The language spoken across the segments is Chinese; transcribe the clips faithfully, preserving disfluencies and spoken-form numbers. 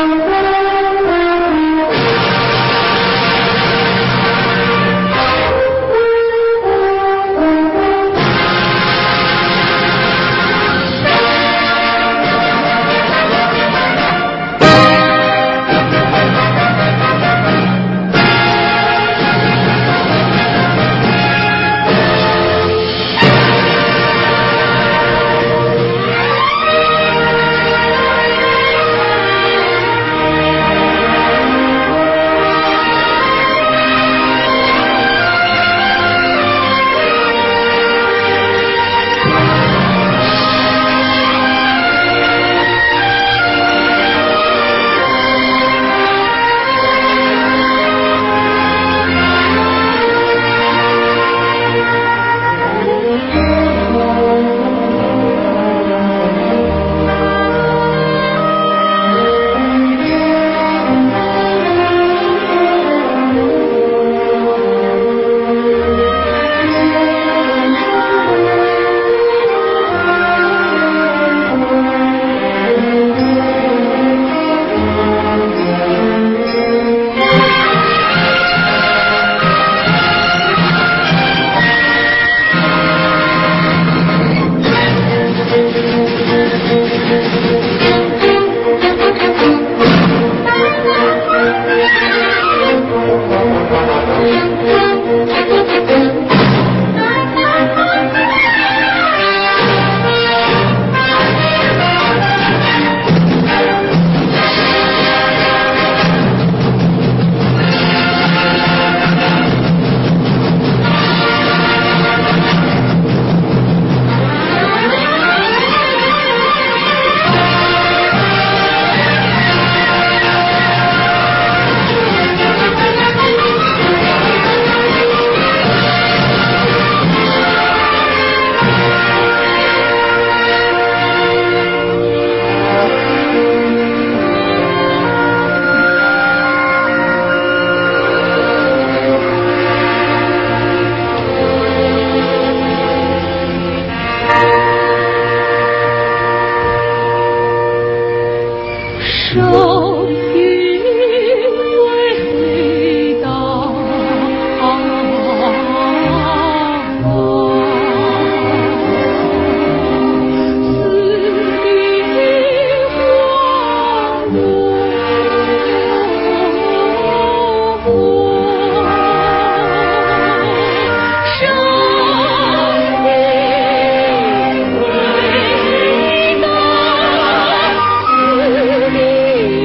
你。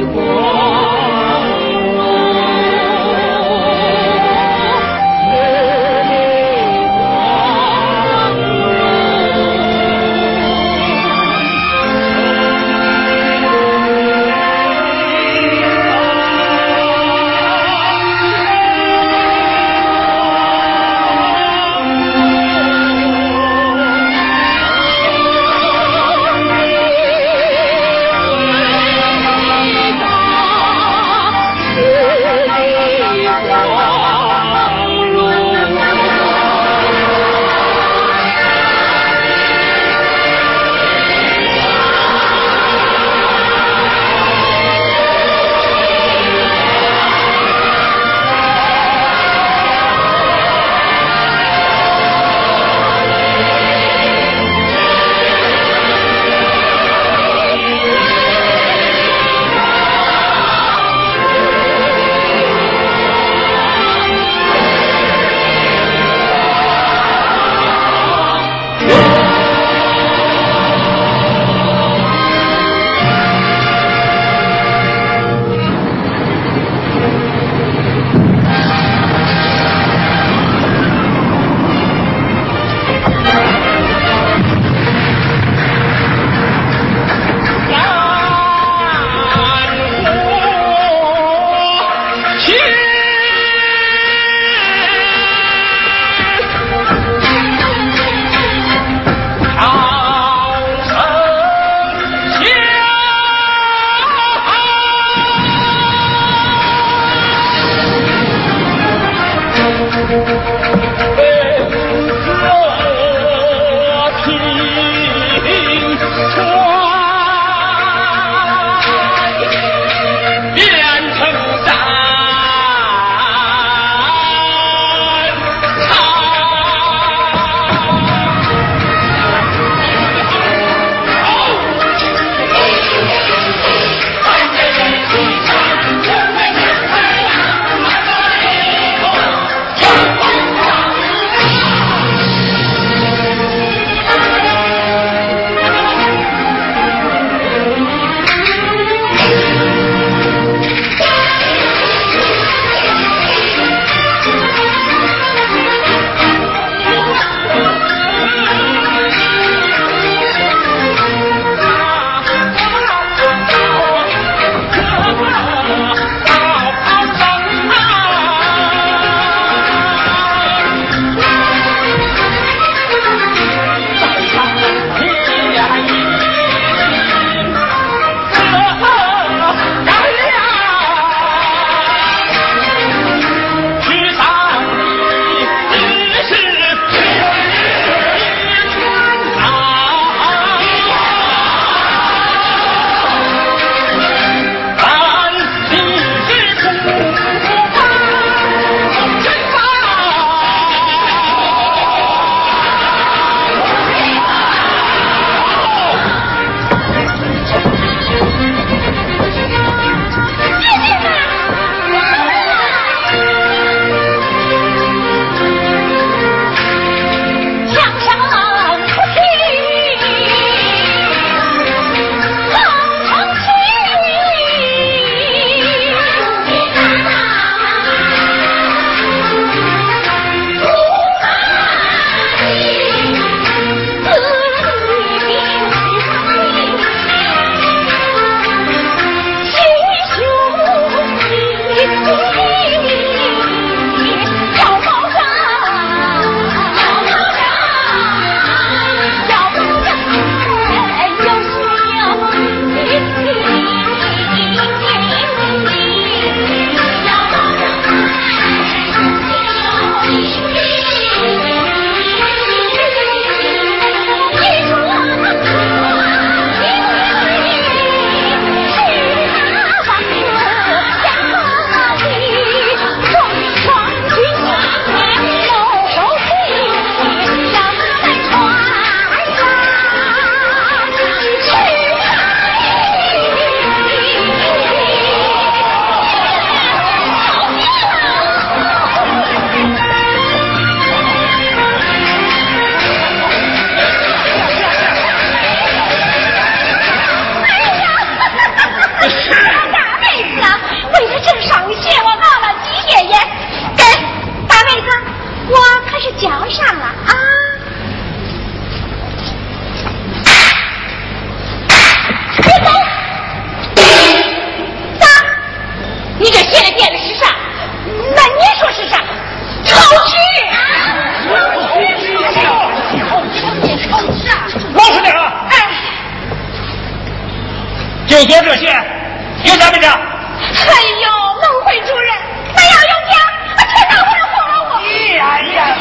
有啥没讲？ 哎呦，孟会主任，那要有讲，我天哪会哄了我。 哎呀，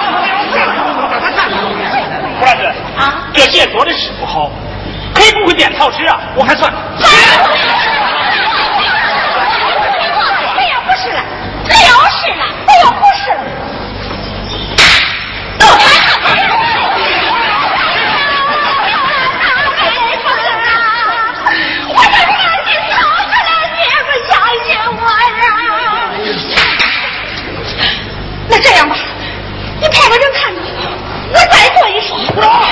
胡老师啊， 这些做的是不好，可以不会编草诗啊，我还算。 没有不是了，没有是了，没有不是了。那这样吧，你派个人看着，我再做一首。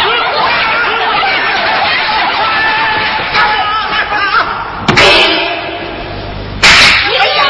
哎呀！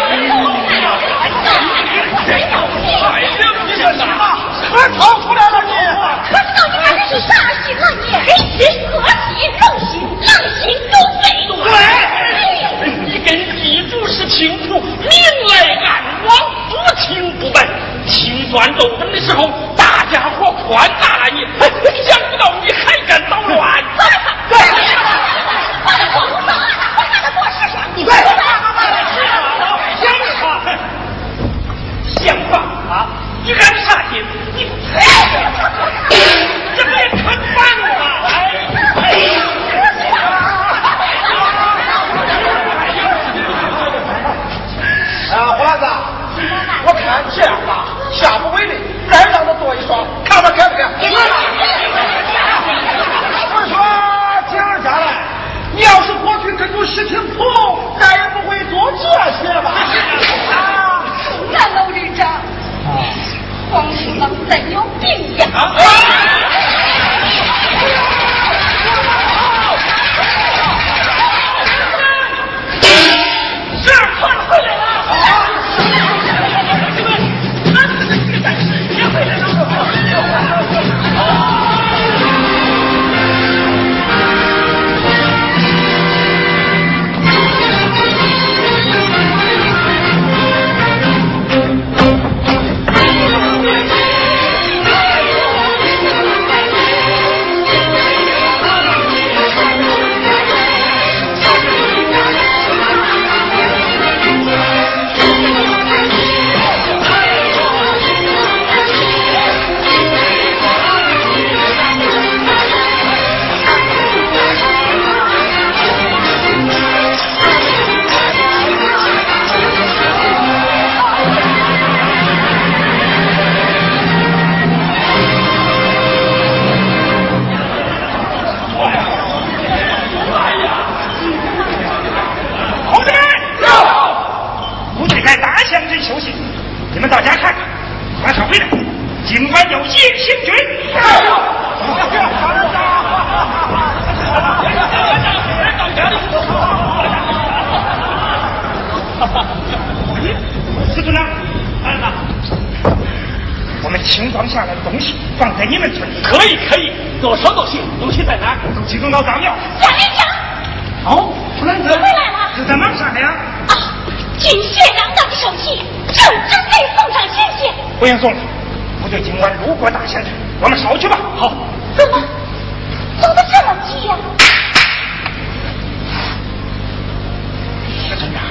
哎呀，你这什么？可逃出来了你！ 可知道你看的是啥心啊你？恶心、冷心、狼心狗肺。 对，你跟地主是亲属，明来暗往，不亲不笨。清算斗争的时候，大家伙宽大了你，想不到你还敢捣乱。 对，我的错不错，我看的多识相。你快像话啊！你敢杀心？你这不也可办吗？ 啊，胡老子，我看这样吧，下不为例，再让他做一双，看他该不该。我说今儿下来，你要是过去跟住石青浦，再也不会做这些吧？啊， 那老队长，黄鼠狼真有病呀！ 是快回来了！别回来了！你们到家看看，马上回来。尽管有夜行军。司徒长，儿子，我们清装下来的东西放在你们村里。可以，可以，多少都行。东西在哪儿？都集中到张庙。 贾连长。 哦，夫人子回来了。 是在忙啥呀？ 啊，军械让当手气，正准备送上前线。 不用送了，部队今晚路过大县城，我们烧去吧。好。 怎么走得这么急呀、啊？ 是真的。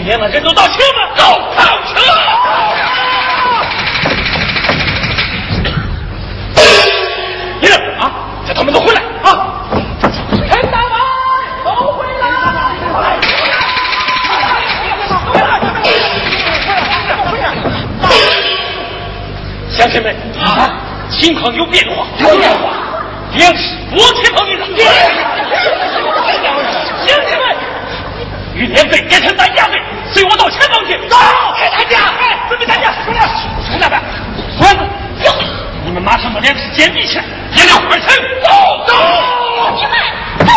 连了人都到齐了，走上车。你呢？啊，叫他们都回来啊！陈大王，都回来！乡亲们，啊，情况有变化，有变化。粮食我去碰你了。乡亲们，玉莲队变成担架队，随我到前方去。走，开担架，哎，准备担架，兄弟，兄弟们，孙子，走，你们马上把粮食坚壁起来，别让二层。走走， 你们走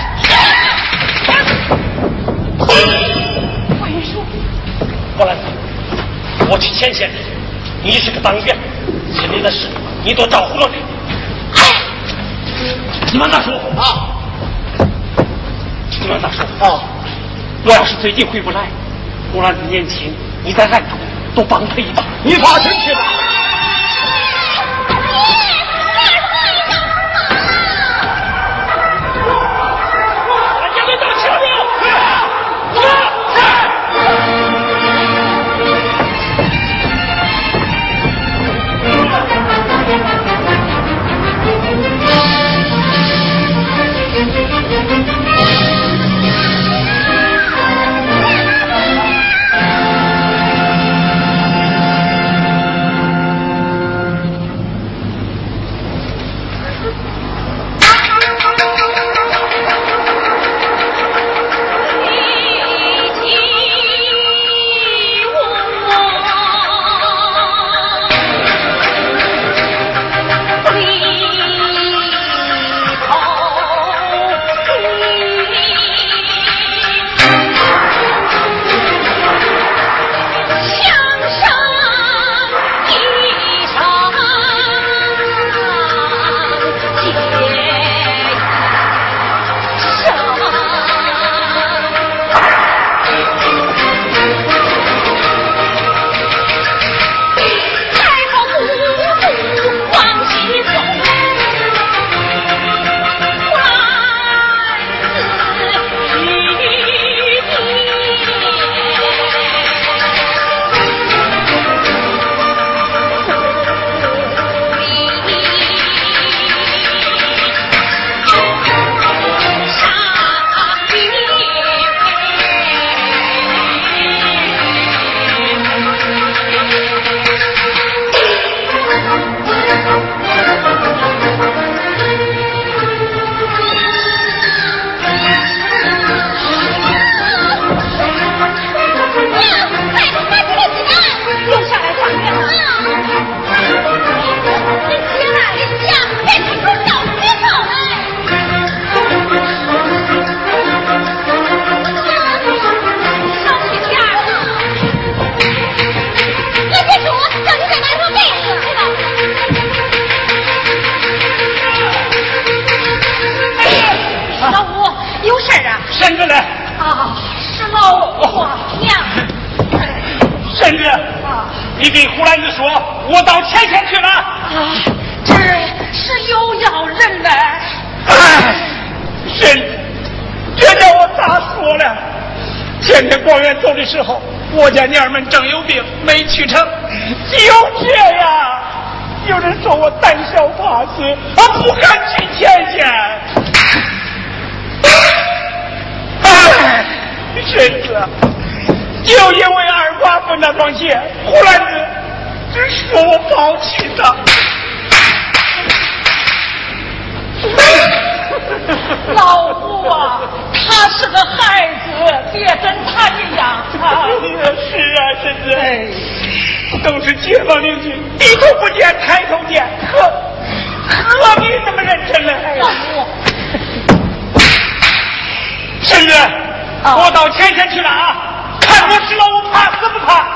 我的。我也说， 郭兰子，我去前线，你是个党员，村里的事你多照顾了点。你慢点说啊！你慢点说啊！我要是最近回不来，郭兰子年轻，你在暗中多帮他一把。你放心去吧。大家都到前面，你给胡兰子说，我到前线去了。 啊，这是有要人了。 哎，神，这叫我咋说呢？前天广元走的时候，我家娘们正有病，没去成。就这样，有人说我胆小怕死，我不敢去前线。哎，神子。就因为二寡妇那双鞋，胡兰子只说我抛弃他。 老胡啊，他是个孩子，别跟他一样啊。 是啊，婶子，哎，都是街坊邻居，低头不见抬头见，何何必那么认真呢？ 老胡， 婶子，啊、我到前线去了啊！看我是老五，怕死不怕？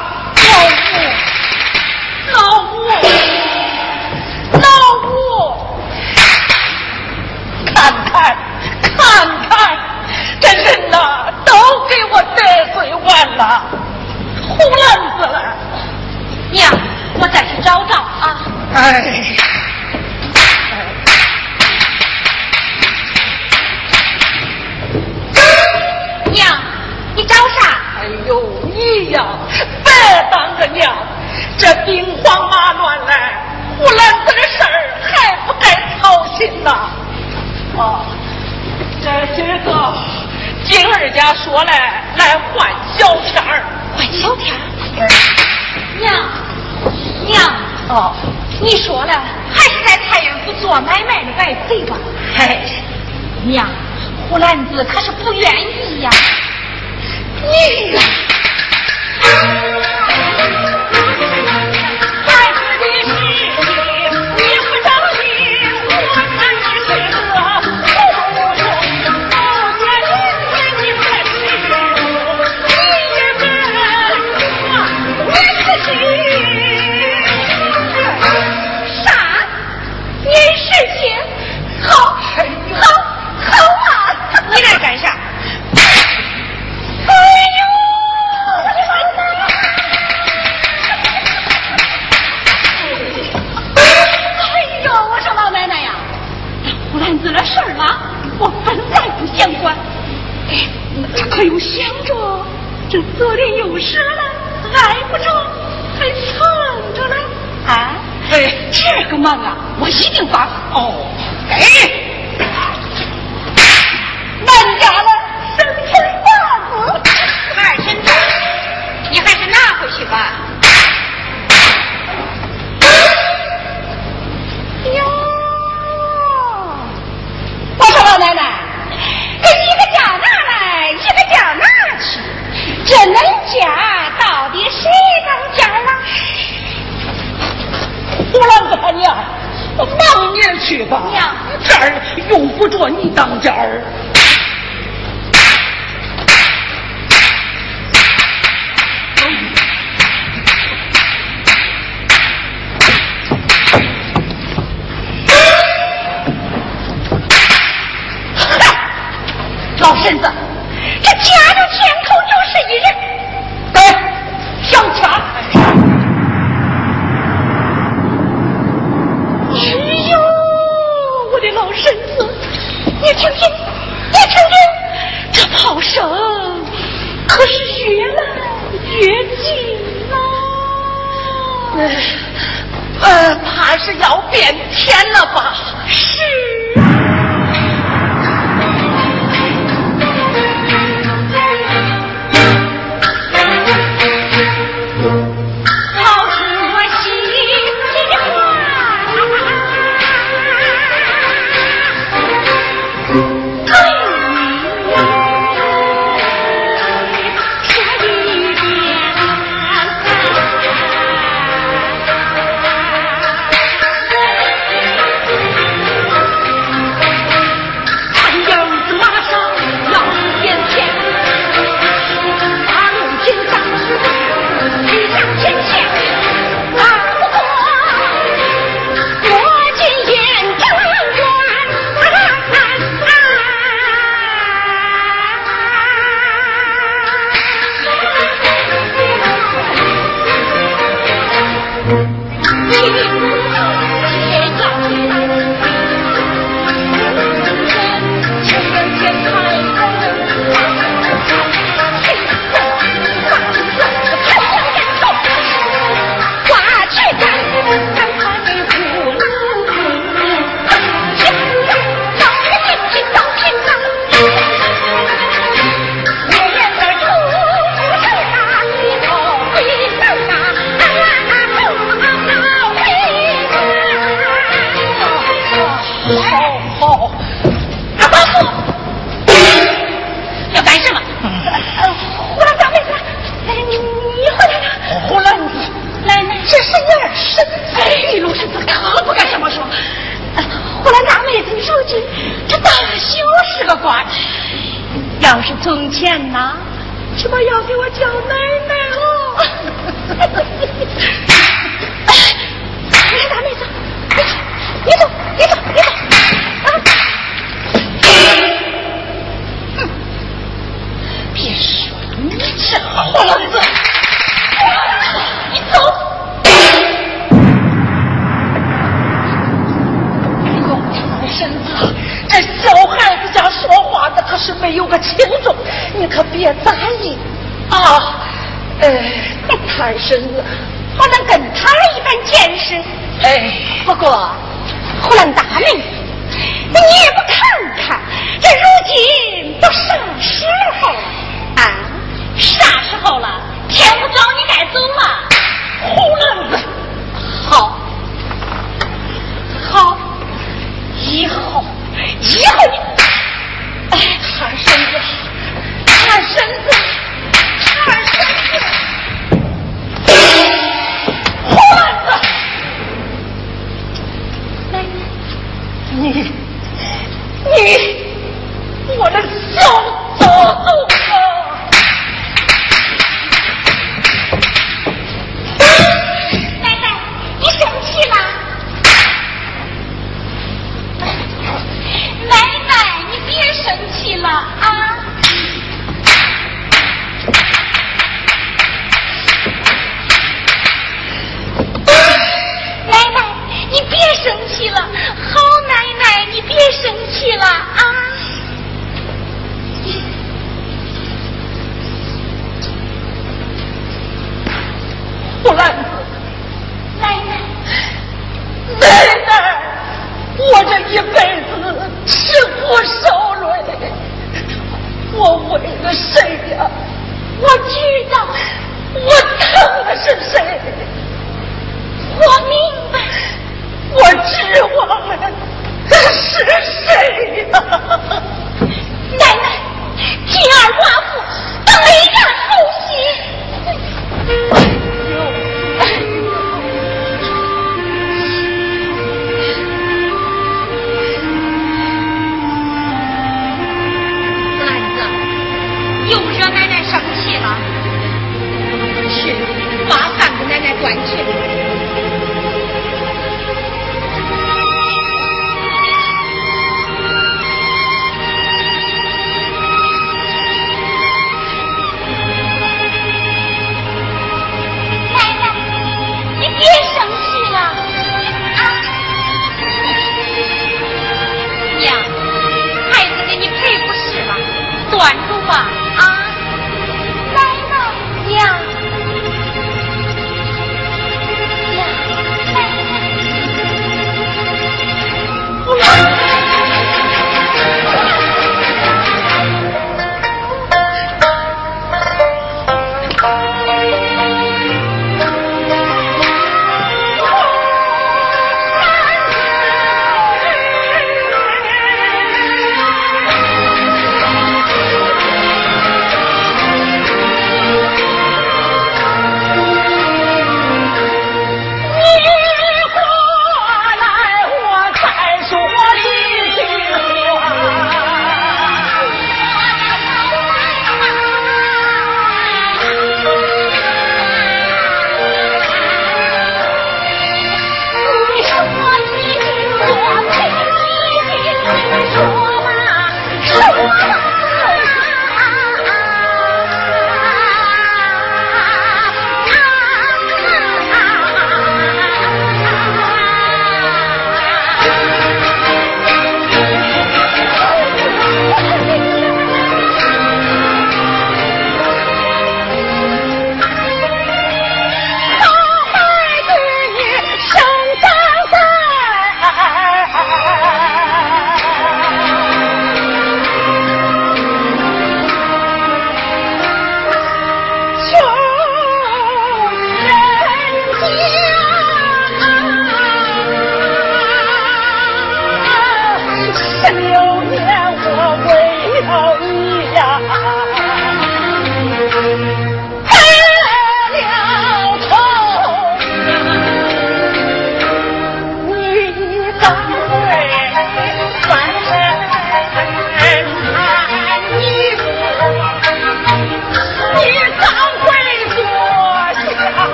老五，老五，老五，看看，看看，这人呐，都给我得罪完了，胡烂子了。娘，我再去找找啊。 哎。 娘，你找啥？ 哎呦， 哦，这这个金二家说来来换小天儿， 换小天儿。娘，娘， 哦， 你说了，还是在太原府做买卖的来赔吧？ 哎， 娘，胡兰子可是不愿意呀。 你呀、 孩子的事情你不着急，我看你是个糊涂，不觉得你才是你也跟我是心啥？你事情好，好，好啊！ 你来干啥？ 哎呦，我的妈呀！哎呦，我说老奶奶呀，胡兰子的事儿啊，我本来不想管，哎，他可又想着这责任有失了，挨不着，还藏着呢。啊， 哎， 这个忙啊，我一定帮。 哦， 哎，咱家了生辰八字， 二婶子，你还是拿回去吧。 哟，我说老奶奶，这一个家拿来，一个家拿去，这恁家到底谁当家了？ 胡兰子他娘，忙你去吧。 娘， 这儿用不着你当家儿。 老婶子，这家中前口就是一人。 哎，上掐！ 哎呦，我的老婶子，你听听，你听听，这炮声可是越来越近了。 呃，怕是要变天了吧？ 是啊。要是从前呐，起码要给我叫奶奶哦。来，大妹子，你走，你走，你走，啊！别说你这货老子，你走。哎呦，二婶子，这小孩子家说话的可是没有个轻重，你可别在意啊。呃，二婶子，我能跟他一般见识。哎，不过胡兰大妹，你也不看你，我的手走动了。 奶奶，你生气了？奶奶，你别生气了啊！奶奶，你别生气了，好奶奶，你别生气了啊！ 胡兰子， 奶奶， 奶奶，我这一辈子吃苦受累，我为了谁呀？ 我知道， 我疼的是谁？ 我明白， 我指望的是谁呀？ 奶奶，金二寡妇当一然后喜。 兰子，又惹奶奶生气了，去把饭给奶奶端去。 别生气了啊！ 娘，孩子给你赔不是了，端住吧啊！ 奶奶，娘，娘，奶奶。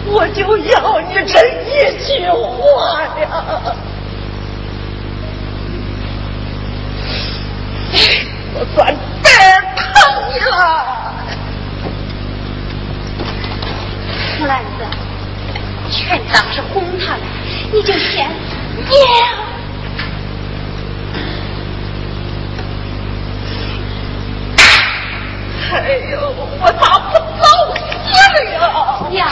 我就要你这一句话呀！我算白疼你了。 木兰子，全当是哄他了，你就先念。 哎呦，我咋不早死了呀？ 娘。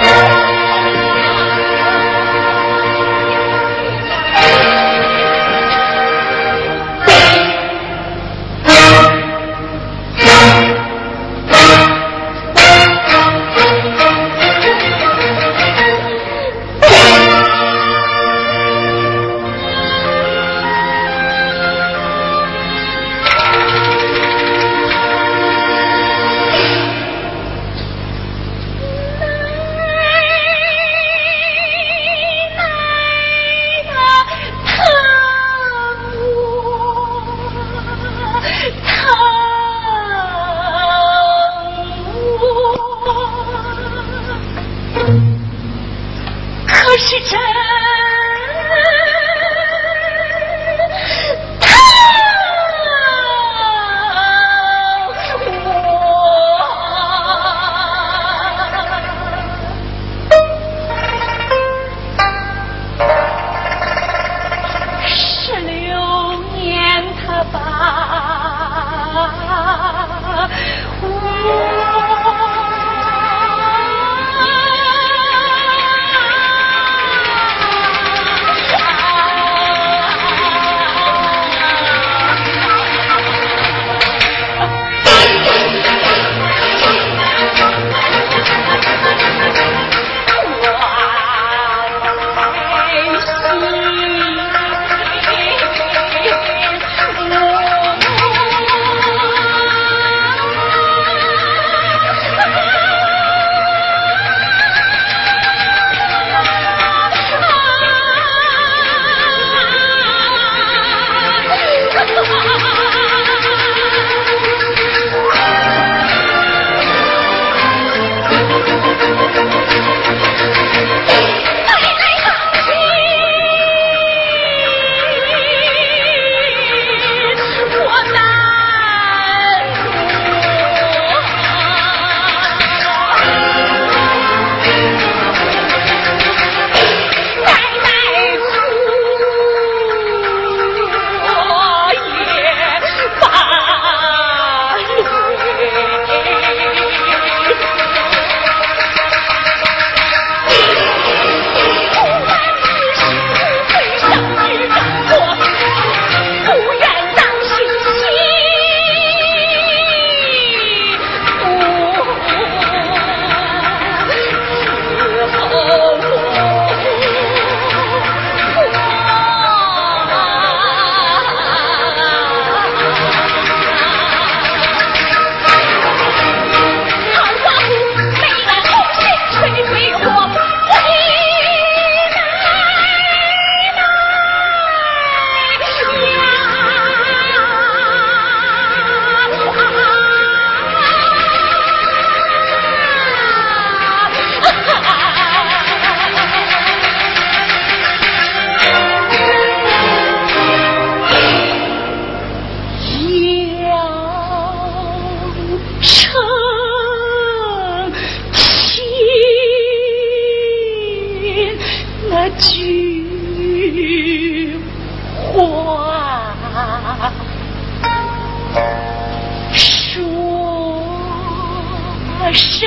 什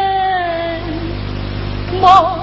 么？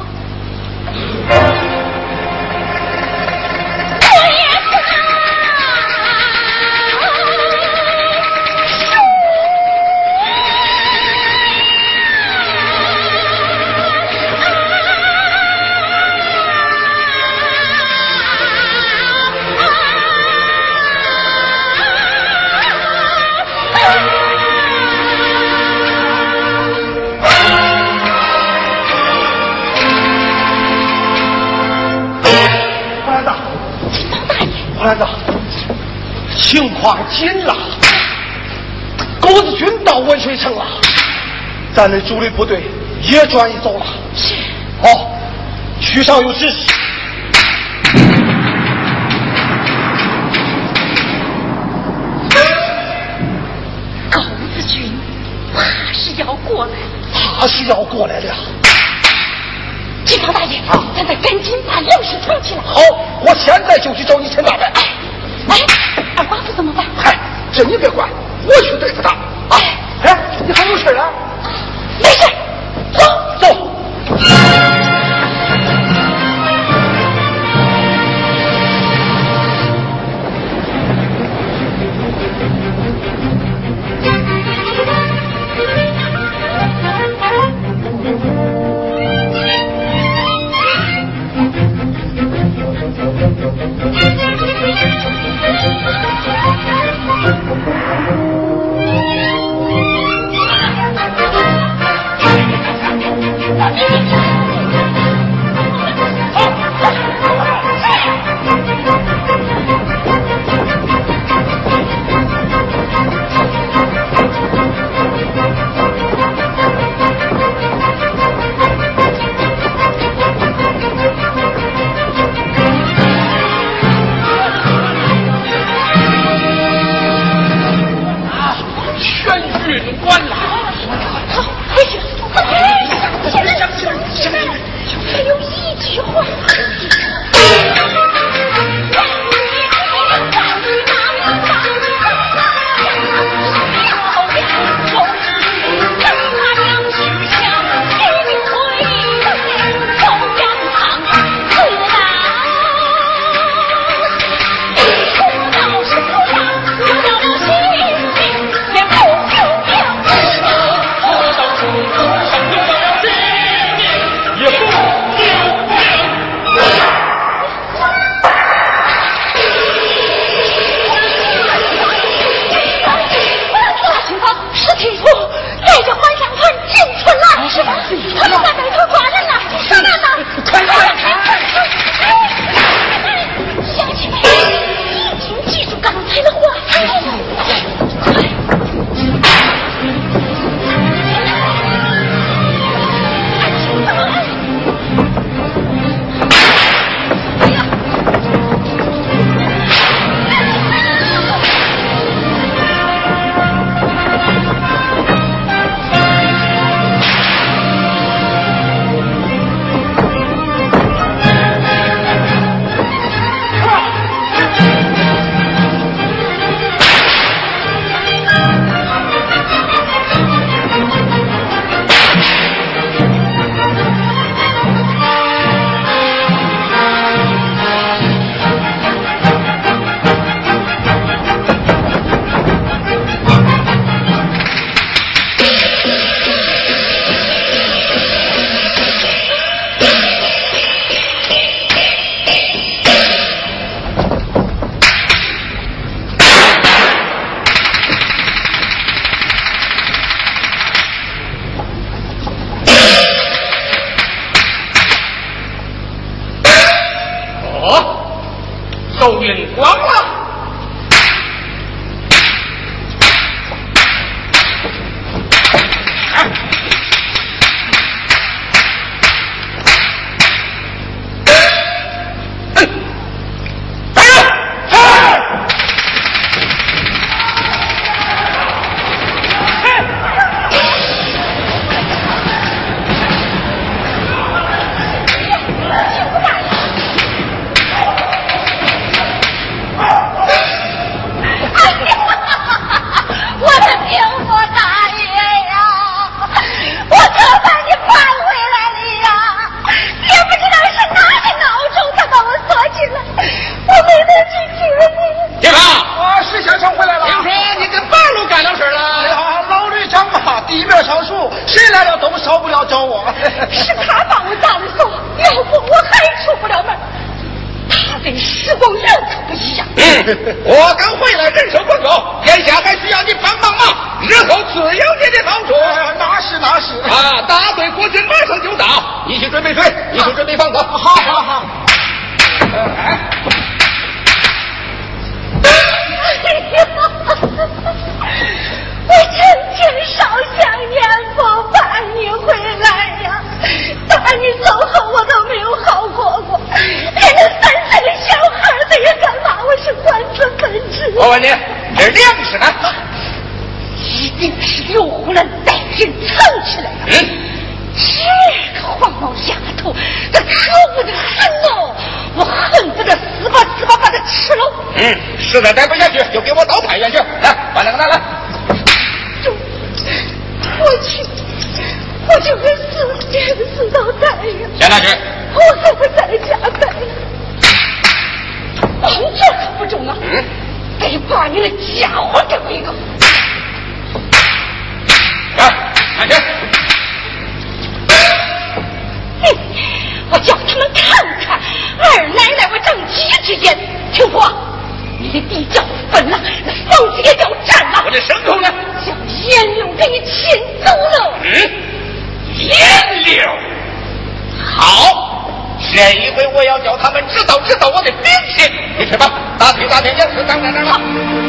班长，情况紧了，狗子军到文水城了，咱的主力部队也转移走了。 是， 好，曲上有指示。 高子君怕是要过来， 怕是要过来了。 金毛大爷，啊、咱得赶紧把刘氏藏起来。 好，我现在就去找你陈大人。 哎，哎，二寡妇怎么办？ 嗨，这你别管，我去对付他。啊，哎，你还有事啊？ 没事，走走。 收银光了。 我刚回来，人手不够，眼下还需要你帮帮忙，日后自有你的好处。 那是那是啊！大队国军马上就到，一起准备水，一起准备房子。 好好好。哎， 我成天少想念不把你回来呀，打你走后。 嗯，实在待不下去，就给我到太原去。来，把那个拿来。 我去，我就会死，真死到太原。 先拿去。 我还会在家待。这可不中啊！ 嗯， 得把你的家伙给我一个。 来，拿去。 哼，我叫他们看看二奶奶我正急之间，听说你的地叫分了，那房子也叫占了， 我这牲口呢？ 叫颜六给你牵走了。 嗯，颜六，好。这一回我要叫他们知道知道我的秉性。你去吧，打听打听严师长在哪了。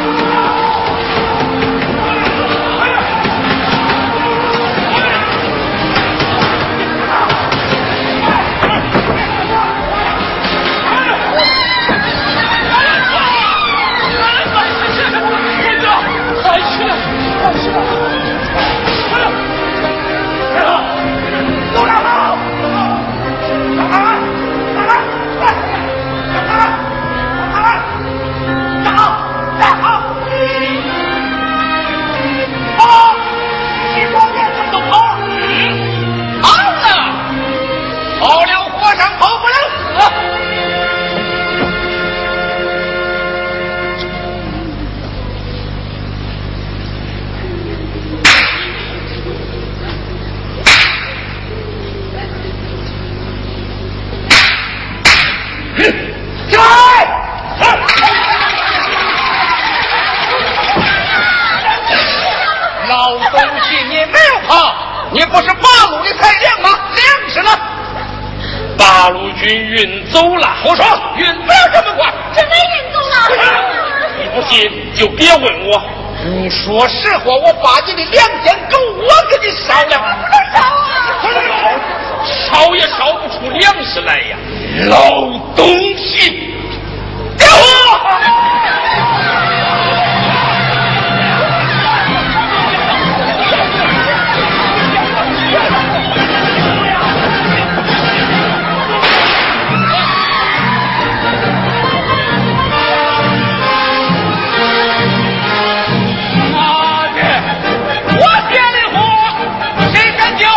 你不是八路的才亮吗？亮死了！ 八路军运走了。 我说运不了这么快， 真的运走了。 你不信就别问我。 你说实话，我把你的两间狗我给你烧了。 不能烧啊！ 烧也烧不出粮食来呀！老东西，给我！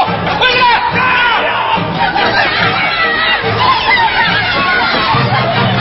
啊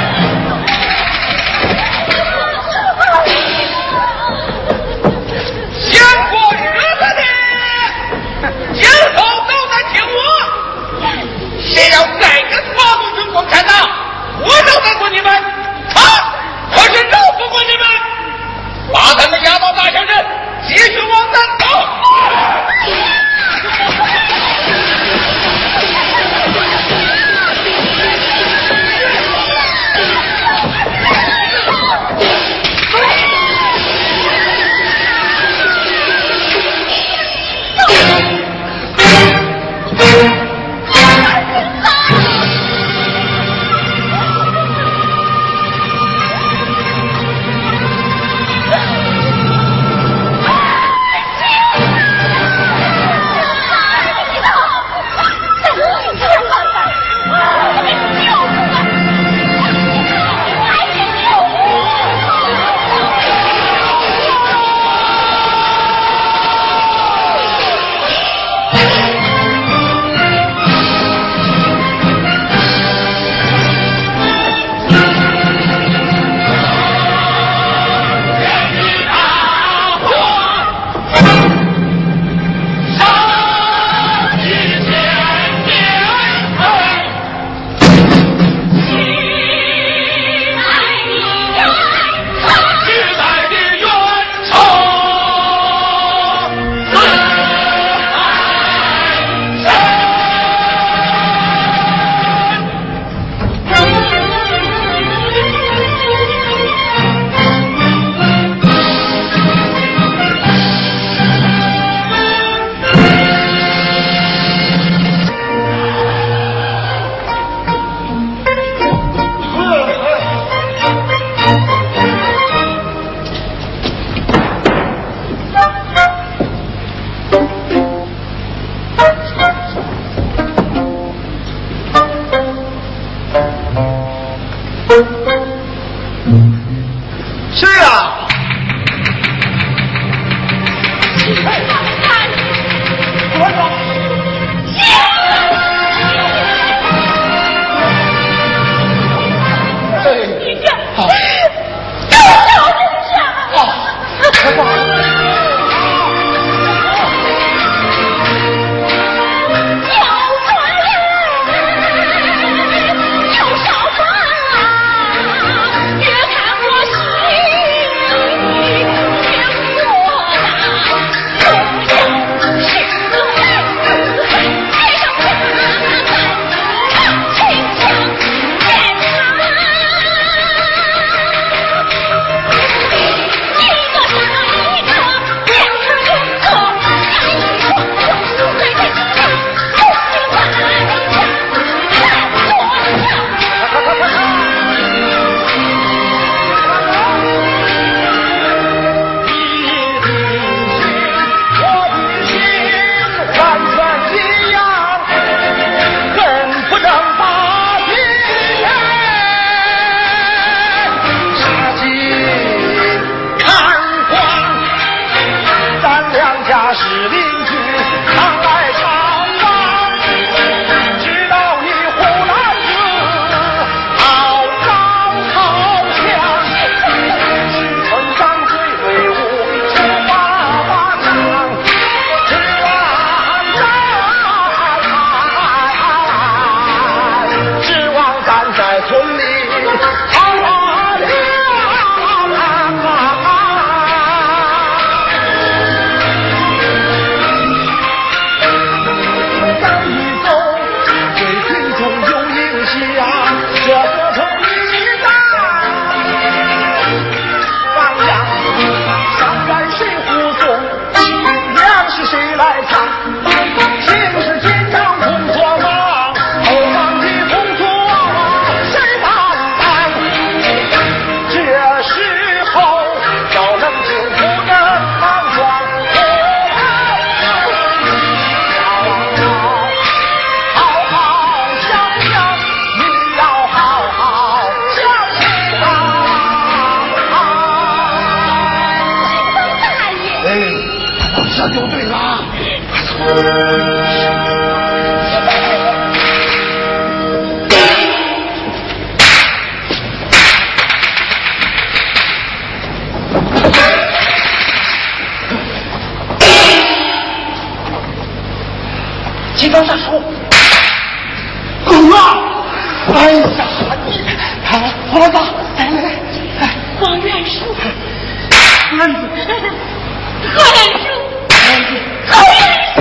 胡兰子，来来来，哎， 王元叔， 胡兰子， 何元叔，何元叔，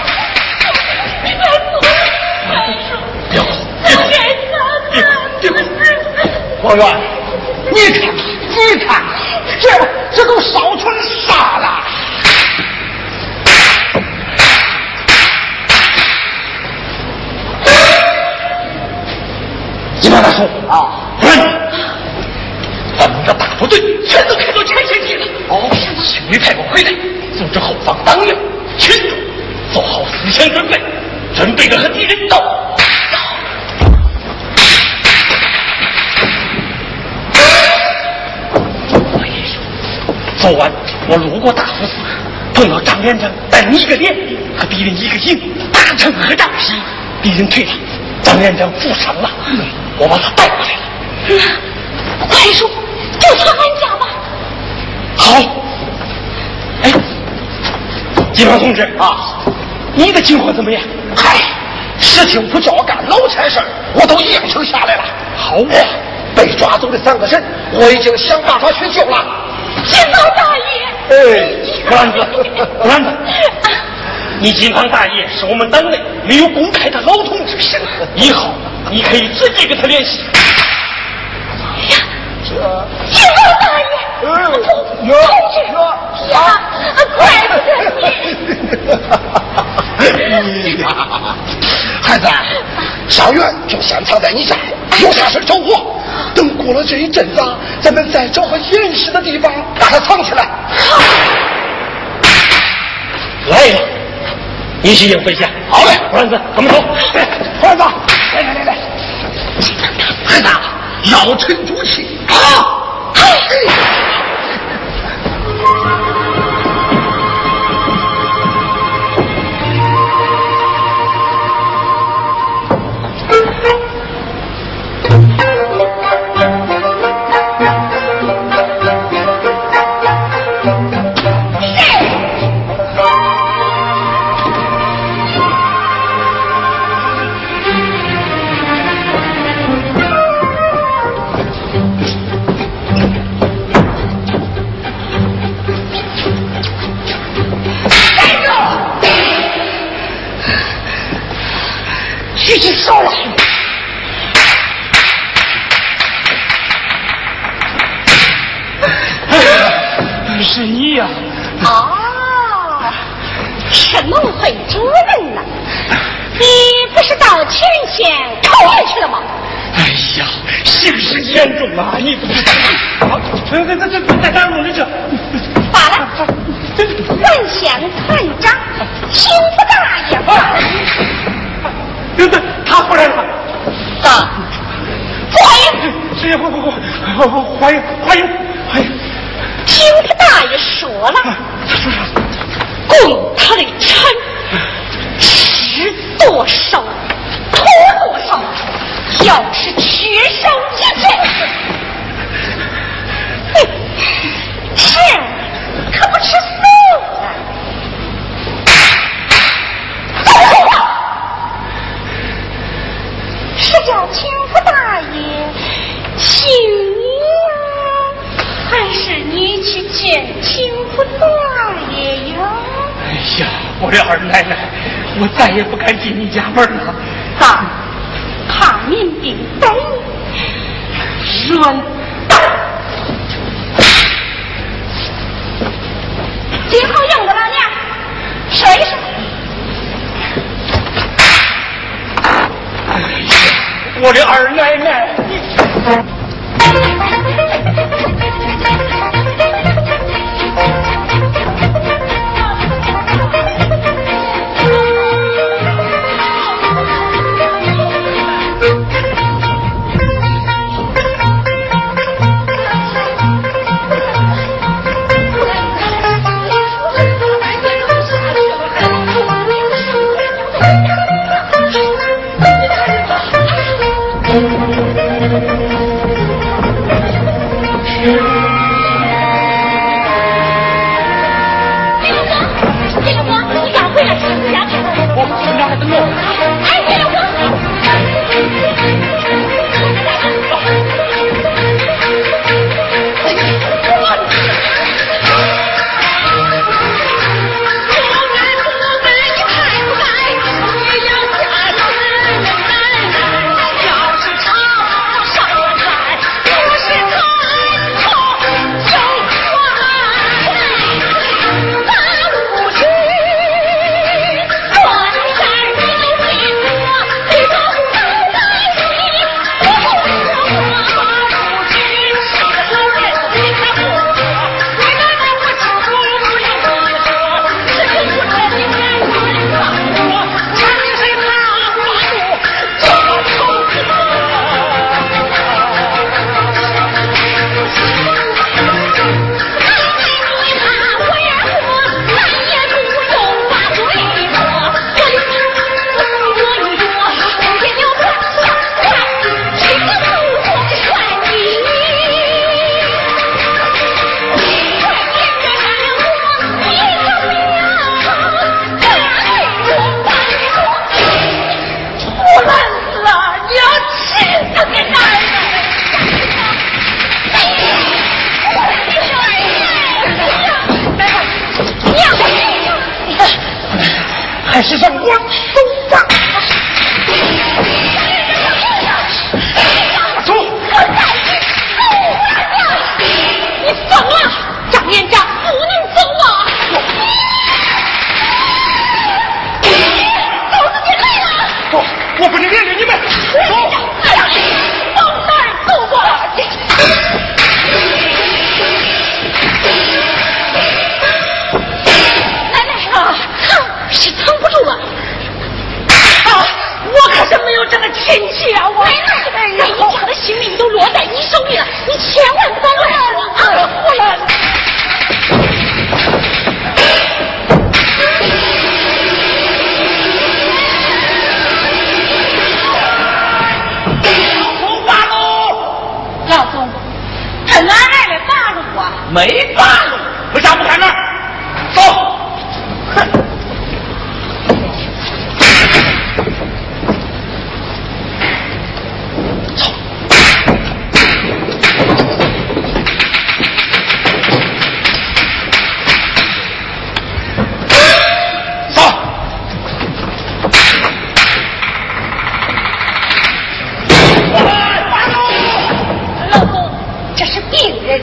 元叔， 别哭，别哭，别哭，王元，你看，你看，这这都烧成啥了？金马大叔啊，人，咱们的大部队全都开到前线去了。哦，请你派我回来，组织后方党员群众做好思想准备，准备着和敌人斗。我也说，昨晚我路过大福寺，碰到张连长带一个连和敌人一个营打成合战，敌人退了，张连长负伤了。我把他带过来了。 快说，就传俺家吧。 好。哎，金芳同志啊，你的情况怎么样？嗨，事情不叫干，老千事我都应承下来了。好啊，被抓走的三个人，我已经想办法去救了。 金芳大爷。 哎，胡兰子，胡兰子。你金芳大爷是我们党内没有公开的老同志，以后你可以直接跟他联系。 呀，金芳大爷， 嗯， 同同志呀，怪不得你。 你呀，孩子，小月就先藏在你家，有啥事找我。等过了这一阵子，咱们再找个严实的地方把它藏起来。来了。你去应回下。好嘞，胡兰子，我们走。胡兰子，来来来来，孩子，要沉住气啊！狙击手了！是你呀、 啊！哦，是孟会主任呐！你不是到前线考验去了吗？ 哎呀，形势严重啊！你不知道？啊，这这这这在哪儿弄的这？ 罢了，万县团长秦福大爷吧。 对对，他回来了。 啊，欢迎！ 是欢欢欢欢迎欢迎欢迎！ 秦福大爷说了， 他说啥？ 供他的臣，吃多少，吐多少，要是缺少一件，哼，吃可不吃素啊！走吧。是叫秦福大爷请你呀，还是你去见秦福大爷呀？ 哎呀，我的二奶奶，我再也不敢进你家门了。 但怕民兵逮你，软蛋！最好用的老娘，说一声。 我的二奶奶， 我不能连累你们。走， 往哪儿走吧？奶奶啊，是撑不住了。啊，我可是没有这个亲戚啊！我，哎呀，一家的性命都落在你手里了，你千万不能乱说啊！胡乱。老总，这哪来的八路啊？ 没八路，为啥不看那儿？走。哼。走。走。 老总，这是病人。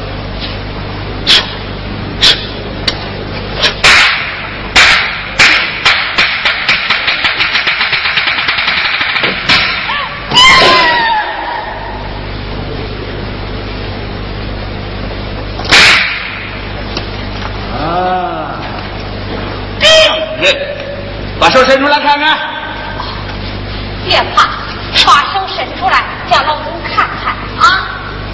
啊，病人，把手伸出来看看。 别怕，把手伸出来，叫老总看看啊。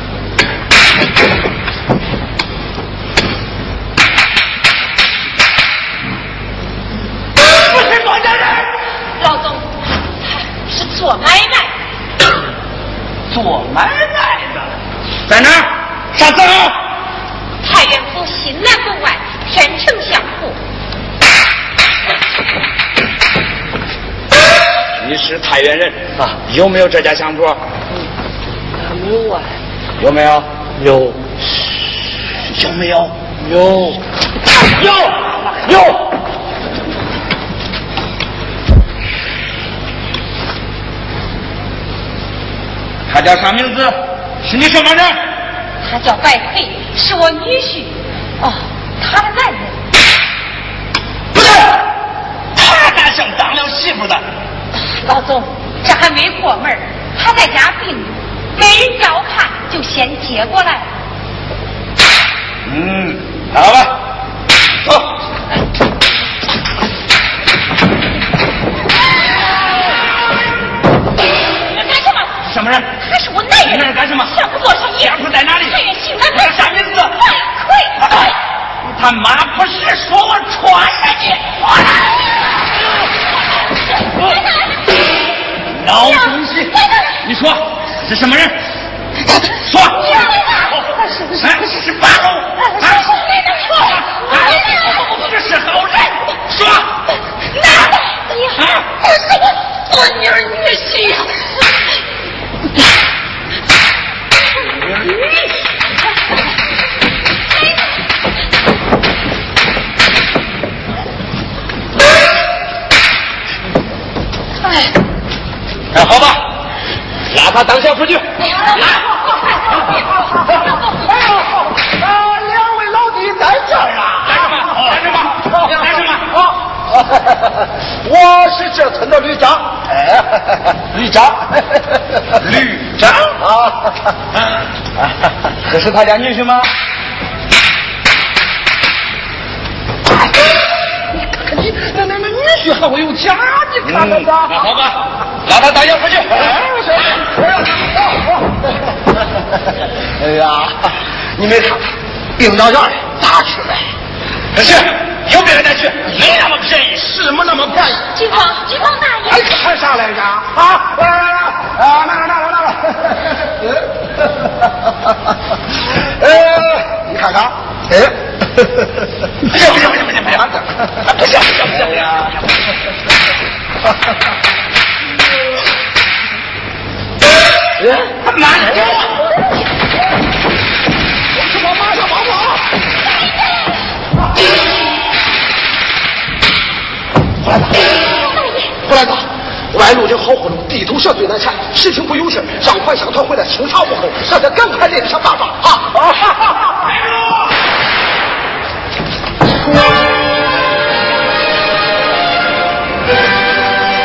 不是多家人， 老总，是做买卖。 做买卖的，在哪儿？啥字号？ 太原府西南门外天成相府。 你是太原人啊？有没有这家相扑？ 有啊。 有没有？有。有没有？有。有。有。他叫啥名字？是你什么人？ 他叫白培，是我女婿。哦，他的男人。 不是，他咋像当了媳妇的？ 老总，这还没过门，还在家病着，没人照看，就先接过来了。 嗯，拿吧，走。什么人？ 他是我男人。 你那是干什么？ 相扑做生意。 相扑在哪里？ 太原西南门。 叫啥名字？ 白奎。 你他妈不是说我穿下去？老东西！你说是什么人？说。哎，是八路。啊，这是好人。说。 哪个？啊，我是我孙女儿女婿。哎， 那好吧，拉他当小夫婿。 来， 哎呦，啊，两位老弟在这儿啊！干什么？干什么？要干什么？我是这村的旅长。哎，旅长，旅长啊！这是他家女婿吗？你那那那女婿还会有家？你看看他。那好吧，拉他当小夫婿。哎呀，你没看他病到这儿咋去呗？不是，有别人再去，没那么便宜，是么那么便宜？ 金芳，金芳大爷， 哎，看啥来着？啊，来来来，啊，拿了拿了拿了。呃，你看看，哎，不行不行不行不行不行，不行不行不行呀！哎，慢点！我马上帮我。胡来子，胡来子，外路有好活路，地头蛇最难缠，事情不有信，让还乡团回来清查无后，让他赶快联想办法啊！